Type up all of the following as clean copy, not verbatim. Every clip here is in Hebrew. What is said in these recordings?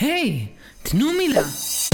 היי, תנו מילה.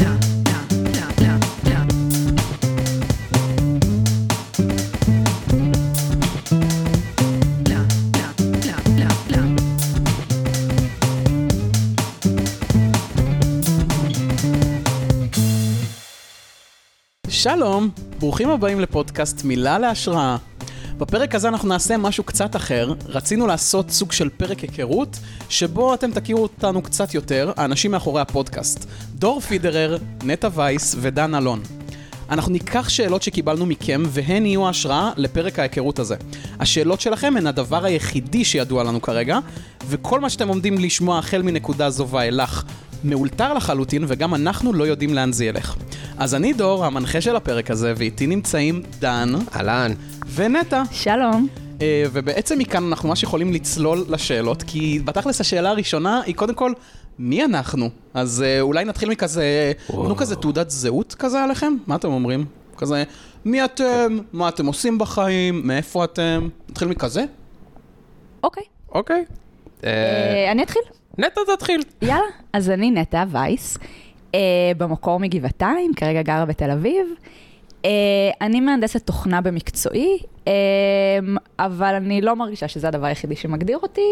שלום, ברוכים הבאים לפודקאסט מילה להשראה. בפרק הזה אנחנו נעשה משהו קצת אחר. רצינו לעשות סוג של פרק היכרות, שבו אתם תכירו אותנו קצת יותר, האנשים מאחורי הפודקאסט. דור פידרר, נטע וייס ודן אלון. אנחנו ניקח שאלות שקיבלנו מכם, והן יהיו ההשראה לפרק ההיכרות הזה. השאלות שלכם הן הדבר היחידי שידוע לנו כרגע, וכל מה שאתם עומדים לשמוע החל מנקודה זו ואילך, מאולתר לחלוטין, וגם אנחנו לא יודעים לאן זה ילך. אז אני דור, המנחה של הפרק הזה, ואיתי נמצאים דן. אהלן. ונטע. שלום. ובעצם מכאן אנחנו ממש יכולים לצלול לשאלות, כי בתכלס השאלה הראשונה היא קודם כל, מי אנחנו? אז אולי נתחיל מכזה, נו כזה תעודת זהות כזה עליכם? מה אתם אומרים? כזה, מי אתם? מה אתם עושים בחיים? מאיפה אתם? נתחיל מכזה? אוקיי. אני אתחיל. נטע תתחיל. יאללה. אז אני נטע וייס, במקור מגבעתיים, כרגע גרה בתל אביב. אני מהנדסת תוכנה במקצועי, אבל אני לא מרגישה שזה הדבר היחידי שמגדיר אותי.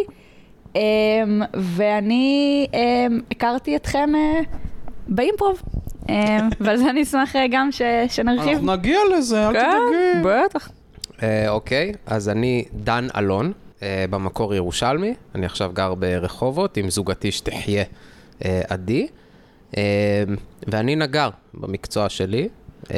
ואני הכרתי אתכם באימפרוב, ועל זה אני אשמח גם שנרחיב. אנחנו נגיע לזה, אל תדאגי. בטח. אוקיי, אז אני דן אלון, במקור ירושלמי. אני עכשיו גר ברחובות עם זוגתי שתחיה עדי, ואני נגר במקצוע שלי,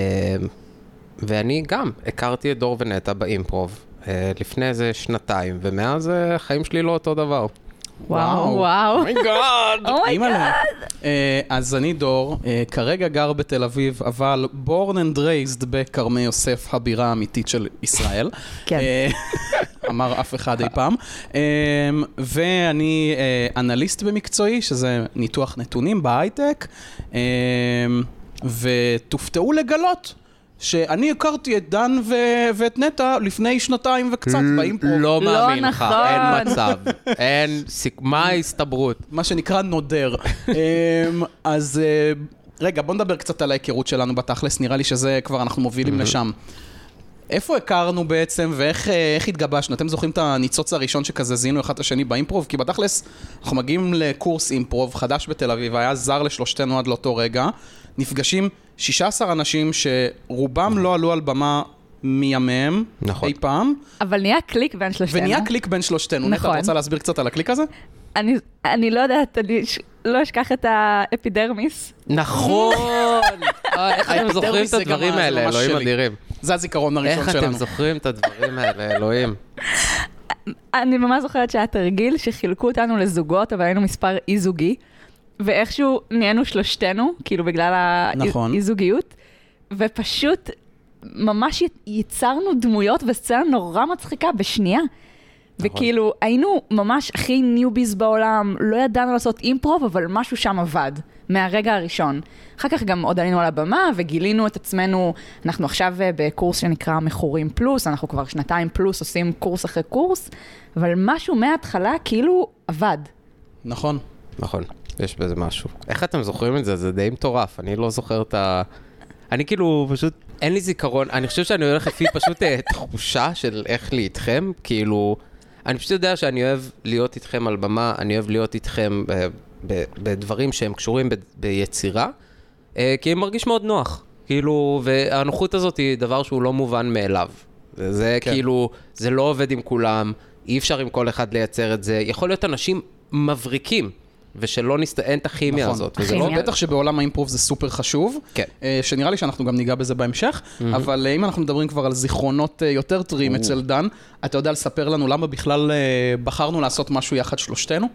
ואני גם הכרתי את דור ונטע באימפרוב לפני איזה שנתיים, ומאז החיים שלי לא אותו דבר. וואו. אומייגאד. אז אני דור, כרגע גר בתל אביב, אבל born and raised בכרמי יוסף, הבירה האמיתית של ישראל. כן. אמר אף אחד אי פעם. ואני אנליסט במקצועי, שזה ניתוח נתונים בהייטק, ותופתעו לגלות שאני הכרתי את דן ואת נטע לפני שנתיים וקצת באימפרוב. לא מאמין לך, נכון. אין מצב. מה ההסתברות? מה שנקרא נודר. אז רגע, בוא נדבר קצת על ההיכרות שלנו בתכלס, נראה לי שזה כבר אנחנו מובילים לשם. איפה הכרנו בעצם ואיך התגבשנו? אתם זוכרים את הניצוץ הראשון שכזה זינו אחד השני באימפרוב? כי בתכלס אנחנו מגיעים לקורס אימפרוב חדש בתל אביב, היה זר לשלושתנו עד לאותו רגע, נפגשים 16 אנשים שרובם לא עלו על במה מימיהם אי פעם. אבל נהיה קליק בין שלושתנו. ונהיה קליק בין שלושתנו. נטע, את רוצה להסביר קצת על הקליק הזה? אני לא יודעת, אני לא אשכח את האפידרמיס. נכון! איך אתם זוכרים את הדברים האלה, אלוהים אדירים. זה הזיכרון הראשון שלנו. איך אתם זוכרים את הדברים האלה, אלוהים? אני ממש זוכרת שהיה תרגיל שחילקו אותנו לזוגות, אבל היינו מספר אי-זוגי, ואיכשהו נהיינו שלושתנו, כאילו בגלל האי-זוגיות, ופשוט ממש ייצרנו דמויות וסצנה נורא מצחיקה בשנייה. וכאילו היינו ממש הכי ניוביז בעולם, לא ידענו לעשות אימפרוב, אבל משהו שם עבד, מהרגע הראשון. אחר כך גם עוד עלינו על הבמה וגילינו את עצמנו, אנחנו עכשיו בקורס שנקרא מכורים פלוס, אנחנו כבר שנתיים פלוס עושים קורס אחרי קורס, אבל משהו מההתחלה כאילו עבד. נכון. נכון, יש בזה משהו. איך אתם זוכרים את זה? זה די מטורף, אני לא זוכר את ה... אני כאילו פשוט, אין לי זיכרון, אני חושב שאני הולך לפי פשוט תחושה של איך לי איתכם, כאילו... אני פשוט יודע שאני אוהב להיות איתכם על במה, אני אוהב להיות איתכם בדברים שהם קשורים ביצירה, כי הם מרגיש מאוד נוח, כאילו, והנוחות הזאת היא דבר שהוא לא מובן מאליו. זה כאילו, זה לא עובד עם כולם, אי אפשר עם כל אחד לייצר את זה, יכול להיות אנשים מבריקים, ושלא אין את הכימיה הזאת. בטח שבעולם האימפרוב זה סופר חשוב, שנראה לי שאנחנו גם ניגע בזה בהמשך, אבל אם אנחנו מדברים כבר על זיכרונות יותר טריים אצל דן, אתה יודע לספר לנו למה בכלל בחרנו לעשות משהו יחד שלושתנו?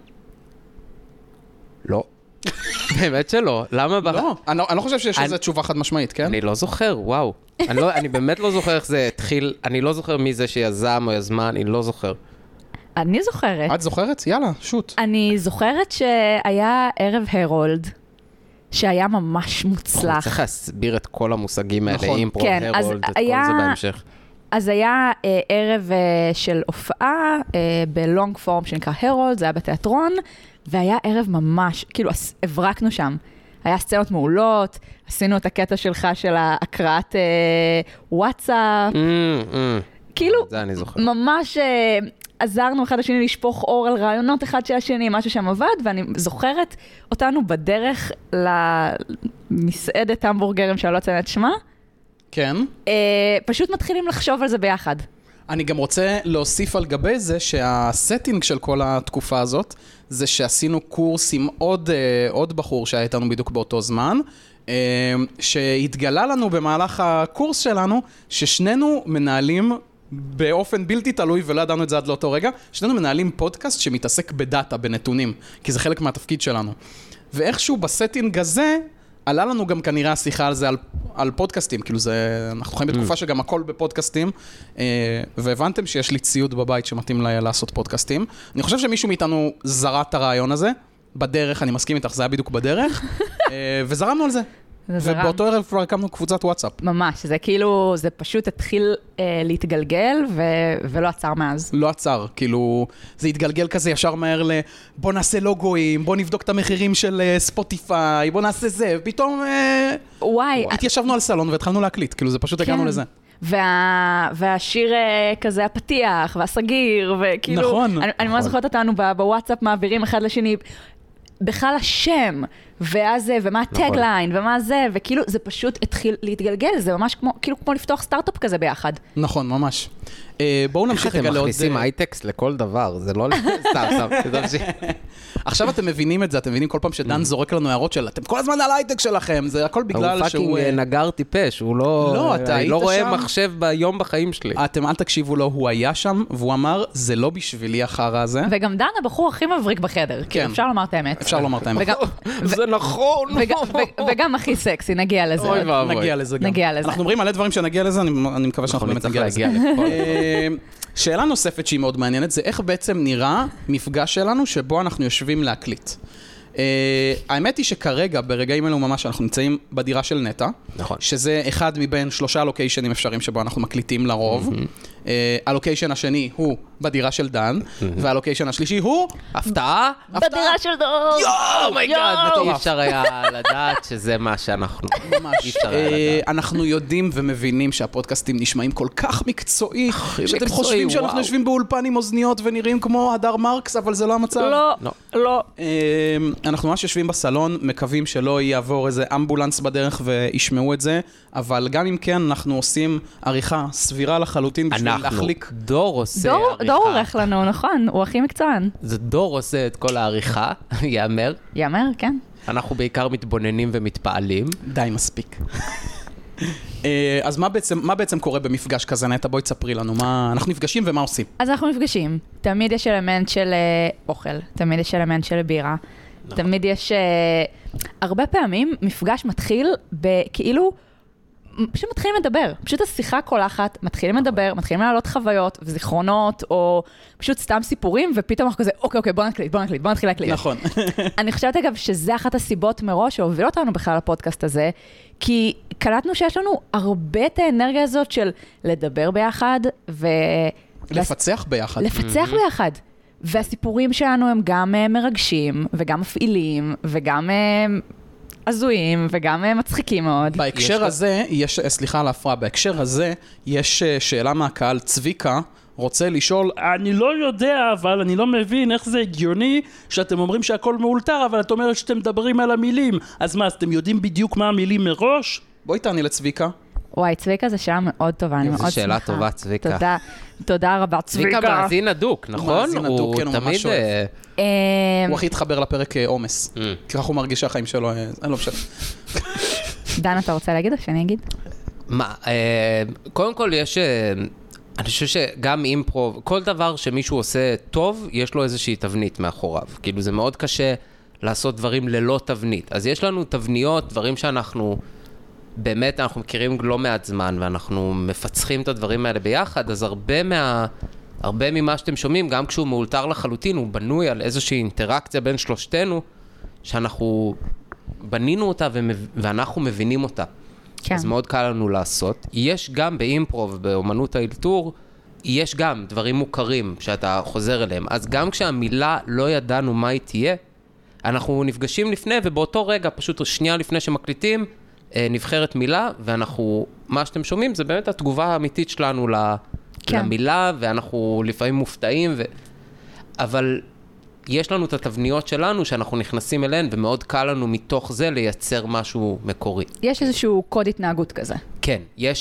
לא. באמת שלא. למה? לא, אני לא חושב שיש לזה תשובה חד משמעית, כן? אני לא זוכר, וואו. אני באמת לא זוכר איך זה התחיל, אני לא זוכר מי זה שיזם או יזמה, אני לא זוכר. אני זוכרת. את זוכרת? יאללה, שוט. אני זוכרת שהיה ערב הרולד, שהיה ממש מוצלח. צריך להסביר את כל המושגים האלה, נכון. אימפרוב, הרולד, את כל זה בהמשך. אז היה ערב של הופעה בלונג פורם שנקרא הרולד, זה היה בתיאטרון, והיה ערב ממש, כאילו הברקנו שם. היה סצנות מעולות, עשינו את הקטע שלך של הקראת וואטסאפ. כאילו, ממש עזרנו אחד לשני לשפוך אור על רעיונות אחד של השני, משהו שם עבד, ואני זוכרת אותנו בדרך למסעדת המבורגרים שאני לא אציין את שמה. כן. פשוט מתחילים לחשוב על זה ביחד. אני גם רוצה להוסיף על גבי זה שהסטינג של כל התקופה הזאת, זה שעשינו קורס עם עוד בחור שהיה איתנו בדיוק באותו זמן, שהתגלה לנו במהלך הקורס שלנו, ששנינו מנהלים באופן בלתי תלוי, ולא ידענו את זה עד לאותו רגע, שנינו מנהלים פודקאסט שמתעסק בדאטה, בנתונים, כי זה חלק מהתפקיד שלנו. ואיכשהו בסטינג הזה, עלה לנו גם כנראה השיחה על זה, על פודקאסטים, כאילו זה, אנחנו חיים בתקופה שגם הכל בפודקאסטים, והבנתם שיש לי ציוד בבית שמתאים לעשות פודקאסטים. אני חושב שמישהו מאיתנו זרע את הרעיון הזה, בדרך, אני מסכים איתך, זה היה בדיוק בדרך, וזרמנו על זה. ובאותו ערב כבר הקמנו קבוצת וואטסאפ. ממש, זה כאילו, זה פשוט התחיל להתגלגל, ולא עצר מאז. לא עצר, כאילו, זה התגלגל כזה ישר מהר בוא נעשה לוגויים, בוא נבדוק את המחירים של ספוטיפיי, בוא נעשה זה, ופתאום התיישבנו על סלון והתחלנו להקליט, כאילו זה פשוט הגענו לזה. והשיר כזה הפתיח, והסגיר, וכאילו, נכון. אני ממש זוכרת אותנו בוואטסאפ מעבירים אחד לשני, בכלל השם, ואז, ומה הטגליין, ומה זה, וכאילו זה פשוט התחיל להתגלגל, זה ממש כמו לפתוח סטארט-אפ כזה ביחד. נכון, ממש. בואו נמשיך רגע לעוד... איך אתם מכניסים הייטקסט לכל דבר, זה לא... סתם. עכשיו אתם מבינים את זה, אתם מבינים כל פעם שדן זורק לנו הערות של, אתם כל הזמן על הייטק שלכם, זה הכל בגלל שהוא... הוא פאקינג נגר טיפש, הוא לא... אני לא רואה מחשב ביום בחיים שלי. אתם אל תקשיבו לו, הוא היה שם, והוא אמר, זה לא בשבילי החרא הזה. וגם דן הבחור הכי מבריק בחדר, כי אפשר לומר את האמת. אפשר לומר את האמת. זה נכון. וגם הכי סקסי, נגיע לזה. נגיע לזה גם. נגיע לזה. אנחנו אומרים מלא דברים שנגיע לזה, אני מקווה שאנחנו באמת נגיע לזה. שאלה נוספת שהיא מאוד מעניינת, זה איך בעצם נראה מפגש שלנו שבו אנחנו יושבים להקליט. האמת היא שכרגע, ברגעים אלו ממש, אנחנו נמצאים בדירה של נטה, נכון. שזה אחד מבין 3 לוקיישנים אפשריים שבו אנחנו מקליטים לרוב. הלוקיישן השני הוא בדירה של דן, והלוקיישן השלישי הוא... הפתעה? בדירה של דור! יואו, מייגאד, אי אפשר היה לדעת שזה מה שאנחנו... ממש. אנחנו יודעים ומבינים שהפודקאסטים נשמעים כל כך מקצועי, שאתם חושבים שאנחנו יושבים באולפן עם אוזניות ונראים כמו הדר מרקס, אבל זה לא המצב. לא. אנחנו ממש יושבים בסלון, מקווים שלא יעבור איזה אמבולנס בדרך וישמעו את זה, אבל גם אם כן, אנחנו עושים עריכה סבירה לחלוטין בשביל להחליק. דור עושה עריכה. דור עורך לנו, נכון, הוא הכי מקצוען. זה דור עושה את כל העריכה, יאמר. יאמר, כן. אנחנו בעיקר מתבוננים ומתפעלים. די מספיק. אז מה בעצם קורה במפגש כזה, נטע? בואי תספרי לנו, אנחנו נפגשים ומה עושים? אז אנחנו נפגשים. תמיד יש אלמנט של אוכל, תמיד יש אלמנט של בירה, תמיד יש... הרבה פעמים מפגש מתחיל בכאילו... פשוט מתחילים לדבר, פשוט השיחה כל אחת, מתחילים לדבר, מתחילים להעלות חוויות וזיכרונות, או פשוט סתם סיפורים, ופתאום אנחנו כזה, אוקיי, בוא נתחיל להקליט. נכון. אני חושבת אגב שזה אחת הסיבות מראש שהוביל אותנו בכלל לפודקאסט הזה, כי קלטנו שיש לנו הרבה את האנרגיה הזאת של לדבר ביחד, לפצח ביחד. לפצח ביחד. והסיפורים שלנו הם גם מרגשים, וגם מפעילים, וגם... עזויים וגם מצחיקים מאוד. בהקשר הזה, סליחה על ההפרעה, בהקשר הזה יש שאלה מהקהל, צביקה רוצה לשאול, אני לא יודע, אבל אני לא מבין איך זה הגיוני שאתם אומרים שהכל מאולתר, אבל את אומרת שאתם מדברים על המילים, אז מה, אז אתם יודעים בדיוק מה המילים מראש? בואי תעני לצביקה. וואי, צביקה זו שאלה מאוד טובה, אני מאוד שמחה. זו שאלה טובה, צביקה. תודה רבה, צביקה. צביקה מאזין הדוק, נכון? מאזין הדוק, כן, הוא ממש אוהב. הוא הכי התחבר לפרק עומס. ככה הוא מרגיש שהחיים שלו, אני לא משנה. דן, אתה רוצה להגיד או שאני אגיד? מה, קודם כל יש... אני חושב שגם אימפרוב, כל דבר שמישהו עושה טוב, יש לו איזושהי תבנית מאחוריו. כאילו זה מאוד קשה לעשות דברים ללא תבנית. אז יש לנו תבניות, דברים שאנחנו... באמת אנחנו מכירים לא מעט זמן, ואנחנו מפצחים את הדברים האלה ביחד, אז הרבה ממה שאתם שומעים, גם כשהוא מאולתר לחלוטין, הוא בנוי על איזושהי אינטראקציה בין שלושתנו, שאנחנו בנינו אותה ואנחנו מבינים אותה. כן. אז מאוד קל לנו לעשות. יש גם באימפרוב, באומנות האלתור, יש גם דברים מוכרים שאתה חוזר אליהם. אז גם כשהמילה לא ידענו מה היא תהיה, אנחנו נפגשים לפני, ובאותו רגע, פשוט שנייה לפני שמקליטים, נבחרת מילה, ואנחנו, מה שאתם שומעים, זה באמת התגובה האמיתית שלנו למילה, ואנחנו לפעמים מופתעים, אבל יש לנו את התבניות שלנו, שאנחנו נכנסים אליהן, ומאוד קל לנו מתוך זה לייצר משהו מקורי. יש איזשהו קוד התנהגות כזה. כן,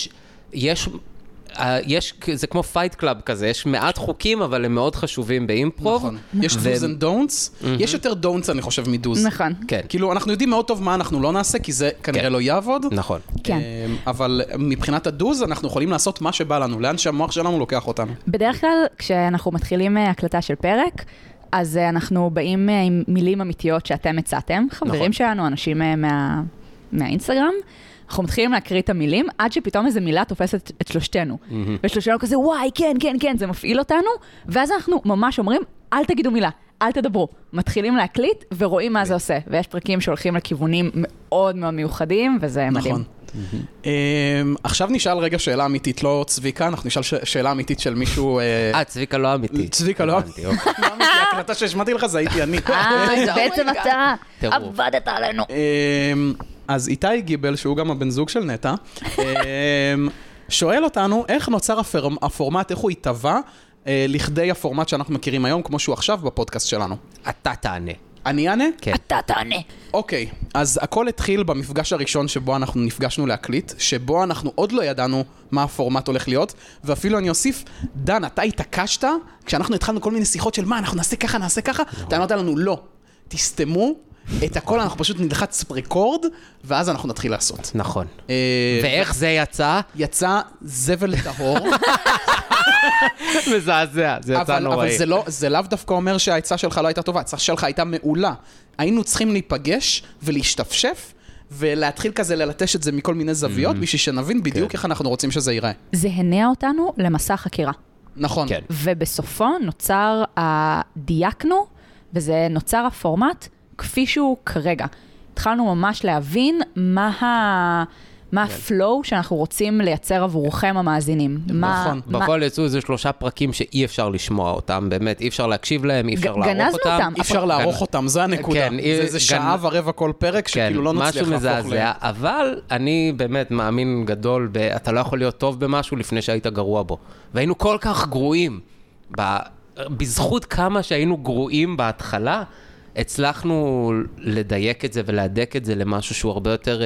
זה כמו פייט קלאב כזה, יש מעט חוקים, אבל הם מאוד חשובים באימפרוב. נכון. יש do's and don'ts, יש יותר don'ts אני חושב מדו's. נכון. כן. כאילו אנחנו יודעים מאוד טוב מה אנחנו לא נעשה, כי זה כנראה לא יעבוד. נכון. כן. אבל מבחינת ה-do's אנחנו יכולים לעשות מה שבא לנו, לאן שהמוח שלנו לוקח אותנו. בדרך כלל, כשאנחנו מתחילים הקלטה של פרק, אז אנחנו באים עם מילים אמיתיות שאתם הצעתם, חברים שלנו, אנשים מהאינסטגרם, אנחנו מתחילים להקריא את המילים, עד שפתאום איזו מילה תופסת את שלושתנו. ושלושתנו כזה, וואי, כן, כן, כן, זה מפעיל אותנו, ואז אנחנו ממש אומרים, אל תגידו מילה, אל תדברו. מתחילים להקליט ורואים מה זה עושה. ויש פרקים שהולכים לכיוונים מאוד מאוד מיוחדים, וזה מדהים. נכון. עכשיו נשאל רגע שאלה אמיתית, לא צביקה, אנחנו נשאל שאלה אמיתית של מישהו... צביקה לא אמיתי. צביקה לא אמיתי. ההקלטה שהשמעתי לך זה הייתי אני. בעצם אתה עבדת עלינו. אז איתי גיבל, שהוא גם הבן זוג של נטע, שואל אותנו איך נוצר הפורמט, איך הוא התהווה לכדי הפורמט שאנחנו מכירים היום, כמו שהוא עכשיו בפודקאסט שלנו. אתה תענה. אני אענה? כן. אתה תענה. אוקיי, אז הכל התחיל במפגש הראשון שבו אנחנו נפגשנו להקליט, שבו אנחנו עוד לא ידענו מה הפורמט הולך להיות, ואפילו אני אוסיף, דן, אתה התעקשת, כשאנחנו התחלנו כל מיני שיחות של מה, אנחנו נעשה ככה, נעשה ככה, אתה אמרת לנו, לא, תסתמו את הכל, אנחנו פשוט נלחץ רקורד, ואז אנחנו נתחיל לעשות. נכון. ואיך זה יצא? יצא זבל טהור. מזעזע, זה יצא נוראי. אבל זה לאו דווקא אומר שההצעה שלך לא הייתה טובה, ההצעה שלך הייתה מעולה. היינו צריכים להיפגש ולהשתפשף, ולהתחיל כזה ללטש את זה מכל מיני זוויות, בשביל שנבין בדיוק איך אנחנו רוצים שזה ייראה. זה הניע אותנו למסע חקירה. נכון. ובסופו נוצר הדייקנו, וזה נוצר הפורמט כפי שהוא כרגע. התחלנו ממש להבין מה הפלואו שאנחנו רוצים לייצר עבורכם המאזינים. נכון. בפועל יצאו איזה 3 פרקים שאי אפשר לשמוע אותם, באמת, אי אפשר להקשיב להם, אי אפשר לערוך אותם. אי אפשר לערוך אותם, זה הנקודה. זה שעה ורבע כל פרק, שכאילו לא נצליח להפוך להם. משהו מזעזע, אבל אני באמת מאמין גדול, אתה לא יכול להיות טוב במשהו לפני שהיית גרוע בו. והיינו כל כך גרועים, בזכות כמה שהיינו גרועים בהתחלה, הצלחנו לדייק את זה ולהדק את זה למשהו שהוא הרבה יותר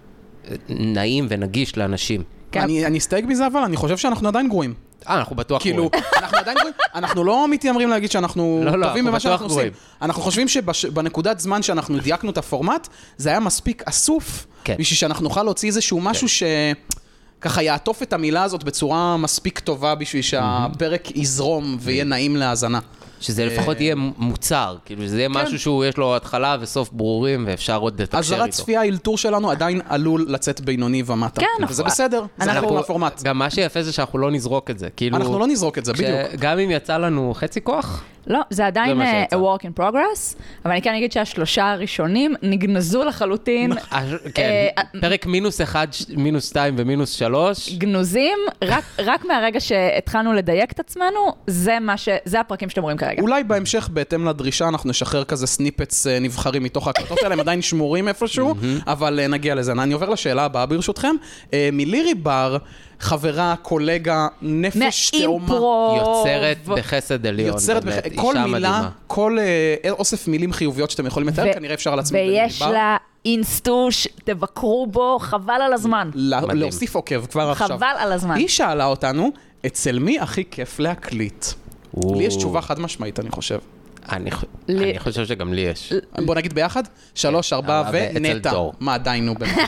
נעים ונגיש לאנשים. אני אסתייג בזה, אבל אני חושב שאנחנו עדיין גרועים. אנחנו בטוח גרועים. אנחנו עדיין גרועים. אנחנו לא מתיימרים להגיד שאנחנו טובים במה שאנחנו עושים. אנחנו חושבים שבנקודת זמן שאנחנו דייקנו את הפורמט, זה היה מספיק אסוף, בשביל שאנחנו נוכל להוציא איזשהו משהו ככה יעטוף את המילה הזאת בצורה מספיק טובה בשביל שהפרק יזרום ויהיה נעים להאזנה. שזה לפחות יהיה מוצר, כאילו שזה יהיה משהו שהוא יש לו התחלה וסוף ברורים ואפשר עוד לתקשר איתו. הזרת צפייה האלתור שלנו עדיין עלול לצאת בינוני ומטה. כן. וזה בסדר, זה חלק מהפורמט. גם מה שיפה זה שאנחנו לא נזרוק את זה. אנחנו לא נזרוק את זה, בדיוק. גם אם יצא לנו חצי כוח. לא, זה עדיין a work in progress, אבל אני כן אגיד שה3 הראשונים נגנזו לחלוטין. כן, פרק -1, -2 ו-3. גנוזים, רק מהרגע שהתחלנו לדייק את עצמנו, זה הפרקים שאתם רואים כרגע. אולי בהמשך, בהתאם לדרישה, אנחנו נשחרר כזה סניפץ נבחרים מתוך ההקלטות האלה, הם עדיין שמורים איפשהו, אבל נגיע לזה. אני עובר לשאלה הבאה ברשותכם. מילירי בר, חברה, קולגה, נפש תאומה. יוצרת בחסד עליון. יוצרת בחסד, כל מילה, כל אוסף מילים חיוביות שאתם יכולים לתאר, כנראה אפשר להצמיד במילי בר. ויש לה אינסטוש, תבקרו בו, חבל על הזמן. להוסיף עוקב כבר עכשיו. חבל על הזמן. היא שאלה אותנו, אצל מי הכי כיף להקליט? לי יש תשובה חד משמעית, אני חושב. אני חושב שגם לי יש. בוא נגיד ביחד, 3, 4 ונטע. מה עדיין נו באמת?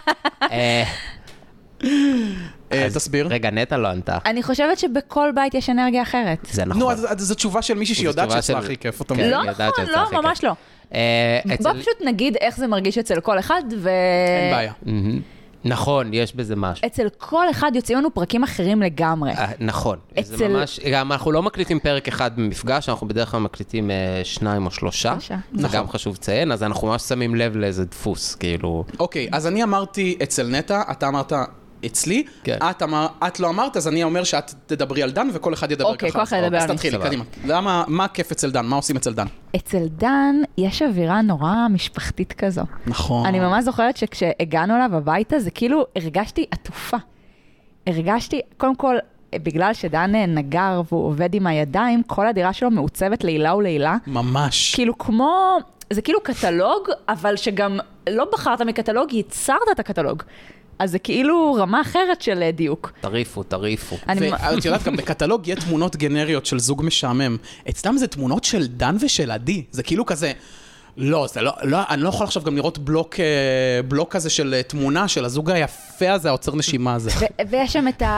תסביר. רגע, נטע לא ענתה. אני חושבת שבכל בית יש אנרגיה אחרת. זה נכון. נו, אז זו תשובה של מישהי שיודעת שאצלה הכי כיף. לא נכון, לא, ממש לא. בוא פשוט נגיד איך זה מרגיש אצל כל אחד אין בעיה. נכון, יש בזה משהו. אצל כל אחד יוצאים לנו פרקים אחרים לגמרי. נכון. זה ממש, גם אנחנו לא מקליטים פרק אחד במפגש, אנחנו בדרך כלל מקליטים 2 או 3. זה גם חשוב לציין, אז אנחנו ממש שמים לב לאיזה דפוס, כאילו... אוקיי, אז אני אמרתי אצל נטע, אתה אמרת אצלי, את לא אמרת, אז אני אומר שאת תדברי על דן, וכל אחד ידבר ככה. אוקיי, כל אחד ידבר על אז תתחילי, קדימה. מה הכיף אצל דן? מה עושים אצל דן? אצל דן יש אווירה נורא משפחתית כזו. נכון. אני ממש זוכרת שכשהגענו אליו הביתה, זה כאילו הרגשתי עטופה. קודם כל, בגלל שדן נגר והוא עובד עם הידיים, כל הדירה שלו מעוצבת לילה ולילה. ממש. כאילו זה כאילו קטלוג, אבל שגם לא בחרת מקטלוג, ייצרת את הקטלוג. אז זה כאילו רמה אחרת של דיוק. תריפו. ואת יודעת, גם בקטלוג יהיה תמונות גנריות של זוג משעמם. אצלם זה תמונות של דן ושל עדי. זה כאילו כזה... לא, אני לא יכול עכשיו גם לראות בלוק כזה של תמונה של הזוג היפה הזה, העוצר נשימה הזה. ויש שם את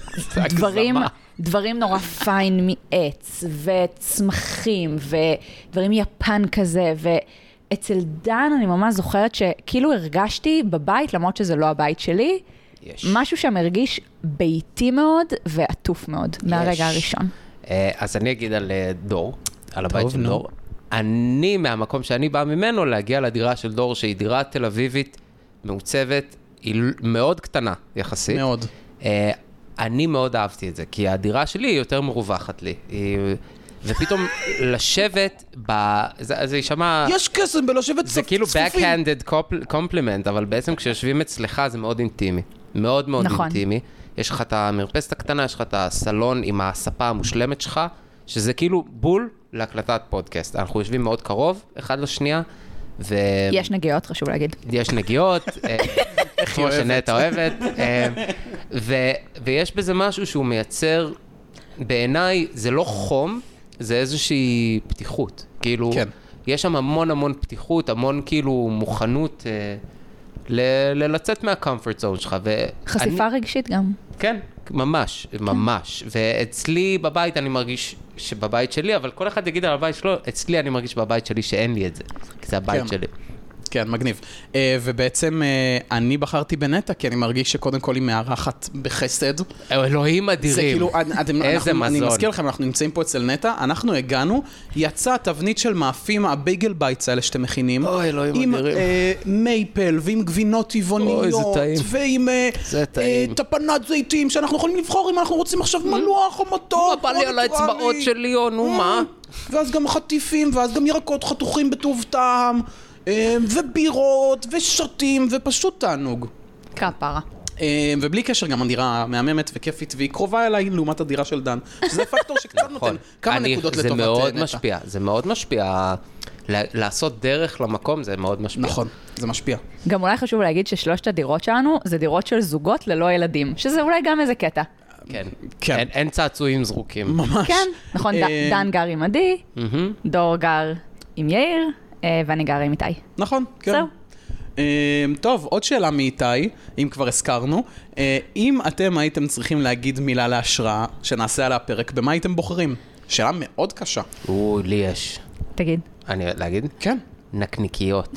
דברים נורא פיין מעץ, וצמחים, ודברים יפן כזה, אצל דן אני ממש זוכרת שכאילו הרגשתי בבית, למרות שזה לא הבית שלי, משהו שם הרגיש ביתי מאוד ועטוף מאוד, מהרגע הראשון. אז אני אגיד על דור, על הבית של דור. אני, מהמקום שאני בא ממנו, להגיע לדירה של דור, שהיא דירה תל אביבית, מעוצבת, היא מאוד קטנה יחסית. מאוד. אני מאוד אהבתי את זה, כי הדירה שלי היא יותר מרווחת לי. ופתאום לשבת, זה יישמע... יש קסם בלשבת צפופים. זה כאילו backhanded compliment, אבל בעצם כשיושבים אצלך זה מאוד אינטימי. מאוד מאוד אינטימי. יש לך את המרפסת הקטנה, יש לך את הסלון עם הספה המושלמת שלך, שזה כאילו בול להקלטת פודקאסט. אנחנו יושבים מאוד קרוב, אחד לשנייה, יש נגיעות, חשוב להגיד. יש נגיעות, כמו שנטע אוהבת, ויש בזה משהו שהוא מייצר, בעיניי זה לא חום, זה איזושהי פתיחות. כאילו, יש שם המון פתיחות, המון כאילו מוכנות לצאת מהקומפורט זון שלך. חשיפה רגשית גם. כן, ממש. ואצלי בבית אני מרגיש שבבית שלי, אבל כל אחד יגיד על הבית שלו, אצלי אני מרגיש בבית שלי שאין לי את זה, כי זה הבית שלי. כן, מגניב. ובעצם אני בחרתי בנטע, כי אני מרגיש שקודם כל היא מארחת בחסד. אלוהים אדירים. זה כאילו, איזה מזון. אני מזכיר לכם, אנחנו נמצאים פה אצל נטע, אנחנו הגענו, יצא תבנית של מאפים, הבייגל בייטס האלה שאתם מכינים. אוי, אלוהים אדירים. עם מייפל, ועם גבינות טבעוניות. אוי, זה טעים. ועם טפנת זיתים, שאנחנו יכולים לבחור אם אנחנו רוצים עכשיו מלוח או מתוק. מה בא לי על האצבעות שלי, או נו מה? ואז גם חטיפים, ואז גם ירקות חתוכים בטוב טעם. ובירות ושתים ופשוט תענוג. כפרה. ובלי קשר גם הדירה מהממת וכיפית והיא קרובה אליי לעומת הדירה של דן. שזה פקטור שקצת נותן כמה נקודות לטובת נטע. זה מאוד משפיע. לעשות דרך למקום זה מאוד משפיע. נכון, זה משפיע. גם אולי חשוב להגיד ששלושת הדירות שלנו זה דירות של זוגות ללא ילדים, שזה אולי גם איזה קטע. כן. אין צעצועים זרוקים. ממש. כן, נכון, דן גר עם עדי, דור גר עם יאיר, ואני גרה עם איתי. נכון, כן. זהו. טוב, עוד שאלה מאיתי, אם כבר הזכרנו. אם אתם הייתם צריכים להגיד מילה להשראה, שנעשה על הפרק, במה הייתם בוחרים? שאלה מאוד קשה. לי יש. תגיד. להגיד? כן. נקניקיות.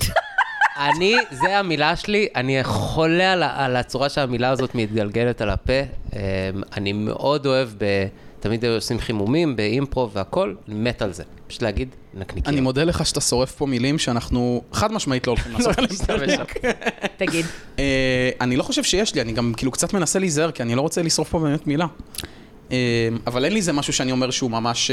זה המילה שלי, אני חולה על הצורה שהמילה הזאת מתגלגלת על הפה. אני מאוד אוהב תמיד עושים חימומים, באימפרו והכל, אני מת על זה. פשוט להגיד, נקניקיות. אני מודה לך שאתה שורף פה מילים שאנחנו חד משמעית לא הולכים לעשות עליהם. תגיד. אני לא חושב שיש לי, אני גם כאילו קצת מנסה להיזהר, כי אני לא רוצה לשרוף פה באמת מילה. אבל אין לי זה משהו שאני אומר שהוא ממש...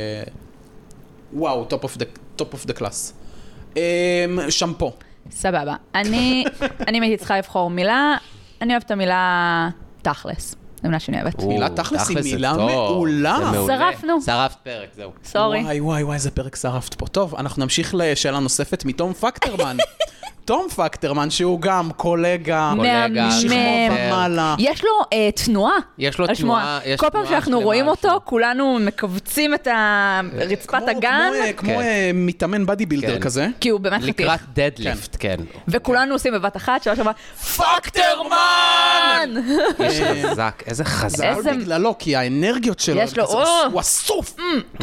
וואו, top of the class. שמפו. סבבה. אני הייתי צריכה לבחור מילה, אני אוהבת את המילה תכלס. זו מילה שאני אוהבת. מילה תכלס היא מילה מעולה. שרפנו. שרפת פרק, זהו. סורי. וואי, איזה פרק שרפת פה. טוב, אנחנו נמשיך לשאלה נוספת מתום פקטרמן. תום פקטרמן, שהוא גם קולגה, משכמו ומעלה. יש לו תנועה. יש לו תנועה. כל פעם שאנחנו רואים אותו, כולנו מקבצים את רצפת הגן. כמו מתאמן בדי בילדר כזה. כי הוא באמת חתיך. לקראת דדליפט, כן. וכולנו עושים בבת אחת, שלוש הבא, פקטרמן! איזה חזק, איזה חזק. בגללו, כי האנרגיות שלו, הוא אסוף.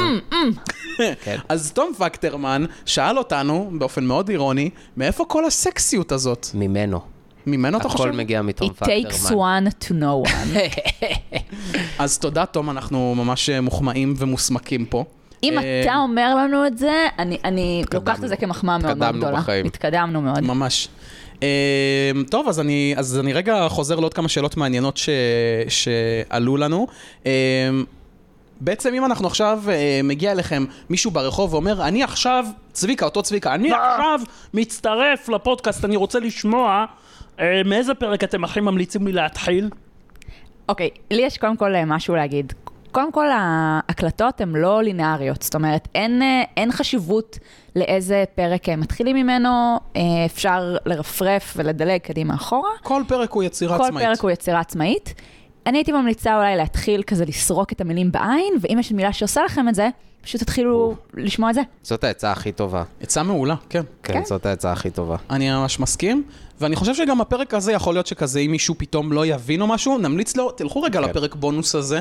אז תום פקטרמן שאל אותנו, באופן מאוד אירוני, מאיפה כל הסקסיות הזאת? ממנו. ממנו אתה חושב? הכל מגיע מתום It takes one to know one. אז תודה, תום, אנחנו ממש מוחמאים ומוסמקים פה. אם אתה אומר לנו את זה, אני לוקחת את זה כמחמאה מאוד מאוד גדולה. התקדמנו מאוד. ממש. טוב, אז אני רגע חוזר לעוד כמה שאלות מעניינות שעלו לנו. בעצם אם אנחנו עכשיו מגיע אליכם מישהו ברחוב ואומר, אני עכשיו, צביקה, אותו צביקה, אני עכשיו מצטרף לפודקאסט, אני רוצה לשמוע, מאיזה פרק אתם הכי ממליצים לי להתחיל? אוקיי, לי יש קודם כל משהו להגיד. קודם כל, ההקלטות הן לא לינאריות, זאת אומרת, אין חשיבות לאיזה פרק מתחילים ממנו, אפשר לרפרף ולדלג קדימה אחורה. כל פרק הוא יצירה עצמאית. כל פרק הוא יצירה עצמאית. אני הייתי ממליצה אולי להתחיל כזה לסרוק את המילים בעין, ואם יש מילה שעושה לכם את זה, פשוט תתחילו לשמוע את זה. זאת העצה הכי טובה. עצה מעולה, כן. כן, זאת העצה הכי טובה. אני ממש מסכים, ואני חושב שגם הפרק הזה יכול להיות שכזה, אם מישהו פתאום לא יבין או משהו, נמליץ לו, תלכו רגע לפרק בונוס הזה,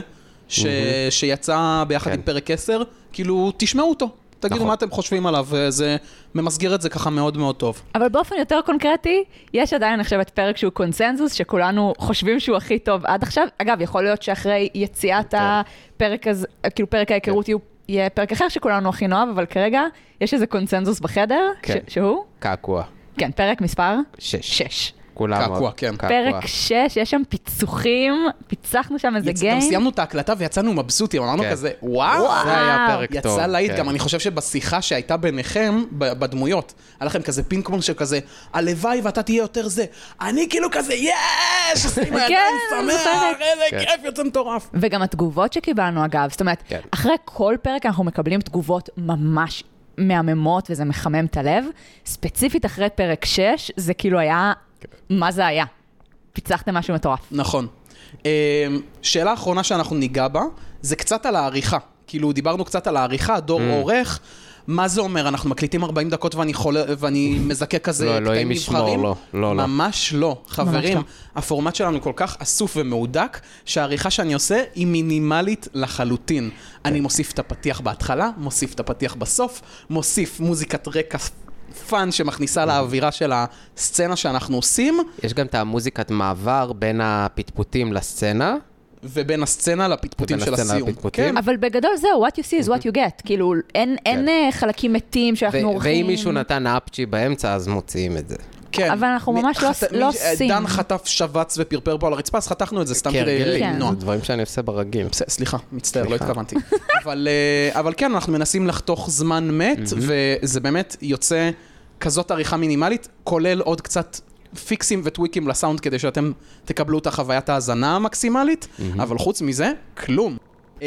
שיצא ביחד עם פרק 10, כאילו תשמעו אותו. תגידו מה אתם חושבים עליו, וזה ממסגר את זה ככה מאוד מאוד טוב. אבל באופן יותר קונקרטי, יש עדיין, אני חושבת, פרק שהוא קונסנזוס, שכולנו חושבים שהוא הכי טוב עד עכשיו. אגב, יכול להיות שאחרי יציאת הפרק הזה, כאילו פרק ההיכרות יהיה פרק אחר שכולנו הכי נאהב, אבל כרגע יש איזה קונסנזוס בחדר, שהוא? קעקוע. כן, פרק מספר? 6. קעקוע, כן. פרק 6, יש שם פיצוחים, פיצחנו שם איזה גיים. גם סיימנו את ההקלטה ויצאנו מבסוטים, אמרנו כזה, וואו, זה היה פרק טוב. יצא להיט, גם אני חושב שבשיחה שהייתה ביניכם, בדמויות, היה לכם כזה פינג-פונג שכזה, הלוואי ואתה תהיה יותר זה. אני כאילו כזה, יש, עושים הידיים, שמח, איזה כיף, יוצא מטורף. וגם התגובות שקיבלנו, אגב, זאת אומרת, אחרי כל פרק אנחנו מקבלים תגובות ממש מהממות, וזה מחמם את הלב. ספציפית אחרי פרק 6, זה כאילו היה מה זה היה? פיצחתם משהו מטורף. נכון. שאלה האחרונה שאנחנו ניגע בה, זה קצת על העריכה. כאילו, דיברנו קצת על העריכה, דור עורך. מה זה אומר? אנחנו מקליטים 40 דקות ואני מזקק כזה קטעים נבחרים? לא. ממש לא. חברים, הפורמט שלנו כל כך אסוף ומהודק, שהעריכה שאני עושה היא מינימלית לחלוטין. אני מוסיף את הפתיח בהתחלה, מוסיף את הפתיח בסוף, מוסיף מוזיקת רקע פאן שמכניסה לאווירה של הסצנה שאנחנו עושים. יש גם את המוזיקת מעבר בין הפטפוטים לסצנה. ובין הסצנה לפטפוטים של הסיום. כן. אבל בגדול זהו, what you see is what you get. כאילו, אין חלקים מתים שאנחנו עורכים. ואם מישהו נתן אפצ'י באמצע, אז מוציאים את זה. כן. אבל אנחנו ממש לא עושים. דן חטף שבץ ופרפר פה על הרצפה, אז חתכנו את זה סתם כדי למנוע. זה דברים שאני עושה ברגיל. סליחה, מצטער, לא התכוונתי. אבל כן, אנחנו מנסים לחתוך זמן מת, וזה באמת יוצא כזאת עריכה מינימלית, כולל עוד קצת פיקסים וטוויקים לסאונד, כדי שאתם תקבלו את החוויית ההאזנה המקסימלית, אבל חוץ מזה, כלום.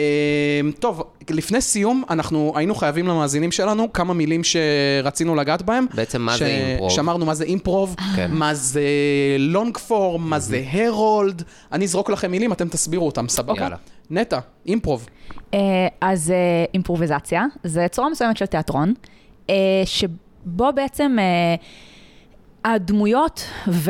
טוב, לפני סיום, אנחנו היינו חייבים למאזינים שלנו כמה מילים שרצינו לגעת בהם. בעצם מה זה אימפרוב? שאמרנו מה זה אימפרוב, מה זה לונג פורם, מה זה הרולד. אני אזרוק לכם מילים, אתם תסבירו אותם, סבבה. נטע, אימפרוב. אז אימפרוביזציה, זה צורה מסוימת של תיאטרון, שבו בעצם הדמויות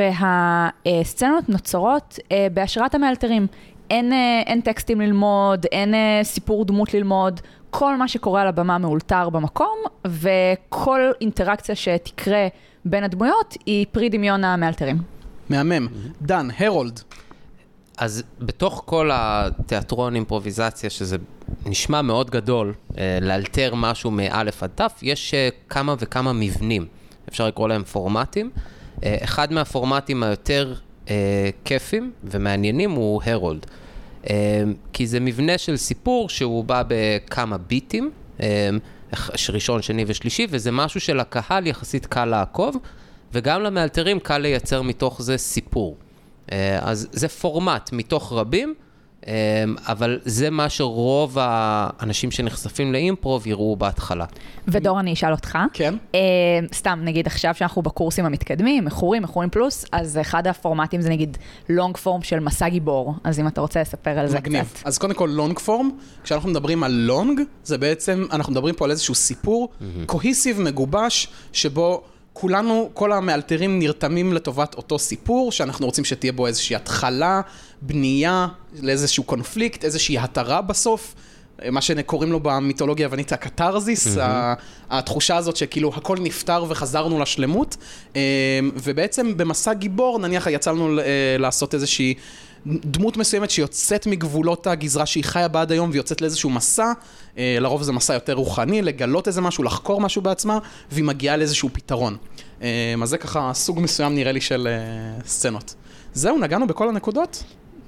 והסצנות נוצרות בהשראת המאלתרים. אין טקסטים ללמוד, אין סיפור דמות ללמוד, כל מה שקורה על הבמה מאולתר במקום, וכל אינטראקציה שתקרה בין הדמויות היא פרי דמיון המאלתרים. מהמם. דן, הרולד. אז בתוך כל התיאטרון אימפרוביזציה, שזה נשמע מאוד גדול, לאלתר משהו מאלף עד תף, יש כמה וכמה מבנים. אפשר לקרוא להם פורמטים. אחד מהפורמטים היותר כיפים ומעניינים הוא הרולד. כי זה מבנה של סיפור שהוא בא בכמה ביטים, ראשון, שני ושלישי, וזה משהו שלקהל יחסית קל לעקוב, וגם למאלתרים קל לייצר מתוך זה סיפור. אז זה פורמט מתוך רבים, אבל זה מה שרוב האנשים שנחשפים לאימפרוב יראו בהתחלה. ודור, אני אשאל אותך. כן. סתם, נגיד עכשיו שאנחנו בקורסים המתקדמים, מכורים פלוס, אז אחד הפורמטים זה נגיד לונג פורם של מסע גיבור. אז אם אתה רוצה לספר על זה מגניב. קצת. אז קודם כל לונג פורם, כשאנחנו מדברים על לונג, זה בעצם, אנחנו מדברים פה על איזשהו סיפור, קוהיסיב מגובש, שבו כולנו, כל המאלתרים נרתמים לטובת אותו סיפור, שאנחנו רוצים שתהיה בו איזושהי התחלה, בנייה, לאיזשהו קונפליקט, איזושהי התרה בסוף, מה שקוראים לו במיתולוגיה היוונית הקתרזיס, התחושה הזאת שכאילו הכל נפטר וחזרנו לשלמות, ובעצם במסע גיבור, נניח יצא לנו לעשות איזושהי דמות מסוימת שיוצאת מגבולות הגזרה שהיא חיה בה עד היום, ויוצאת לאיזשהו מסע, לרוב זה מסע יותר רוחני, לגלות איזה משהו, לחקור משהו בעצמה, והיא מגיעה לאיזשהו פתרון. אז זה ככה סוג מסוים נראה לי של סצנות. זהו, נגענו בכל הנקודות?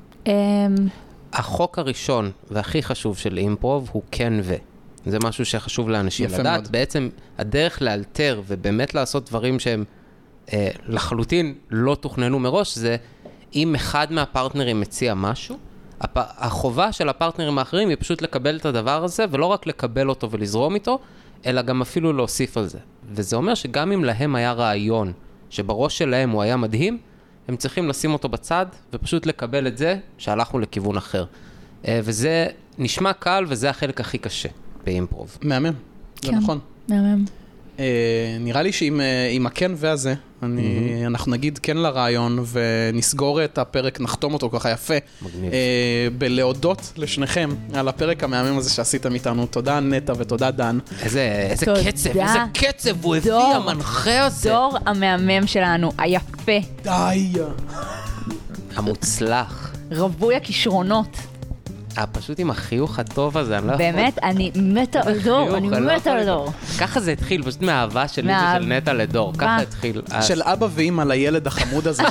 החוק הראשון והכי חשוב של אימפרוב הוא כן ו. זה משהו שחשוב לאנשים לדעת. מאוד. בעצם הדרך לאלתר ובאמת לעשות דברים שהם לחלוטין לא תוכננו מראש, זה אם אחד מהפרטנרים מציע משהו, החובה של הפרטנרים האחרים היא פשוט לקבל את הדבר הזה, ולא רק לקבל אותו ולזרום איתו, אלא גם אפילו להוסיף על זה. וזה אומר שגם אם להם היה רעיון שבראש שלהם הוא היה מדהים, הם צריכים לשים אותו בצד ופשוט לקבל את זה שהלכנו לכיוון אחר. וזה נשמע קל וזה החלק הכי קשה באימפרוב. מהמם, זה נכון. מהמם. נראה לי שעם הכן והזה, אנחנו נגיד כן לרעיון ונסגור את הפרק, נחתום אותו ככה יפה. מגניב. בלהודות לשניכם על הפרק המהמם הזה שעשיתם איתנו. תודה נטע ותודה דן. איזה קצב הוא הביא המנחה הזה. דור המהמם שלנו, היפה. די. המוצלח. רווי הכישרונות. פשוט עם החיוך הטוב הזה, אני לא יכול. באמת, אני מתה על דור, אני מתה על דור. ככה זה התחיל, פשוט מהאהבה שלי ושל נטע לדור, ככה התחיל. של אבא ואמא לילד החמוד הזה.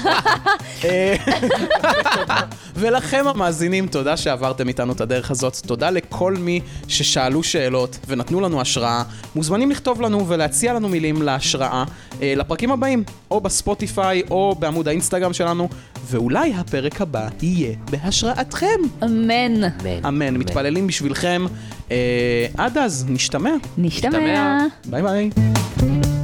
ולכם המאזינים, תודה שעברתם איתנו את הדרך הזאת, תודה לכל מי ששאלו שאלות ונתנו לנו השראה, מוזמנים לכתוב לנו ולהציע לנו מילים להשראה לפרקים הבאים, או בספוטיפיי או בעמוד האינסטגרם שלנו, ואולי הפרק הבא יהיה בהשראתכם. אמן. אמן, מתפללים בשבילכם. עד אז, נשתמע. נשתמע. ביי ביי.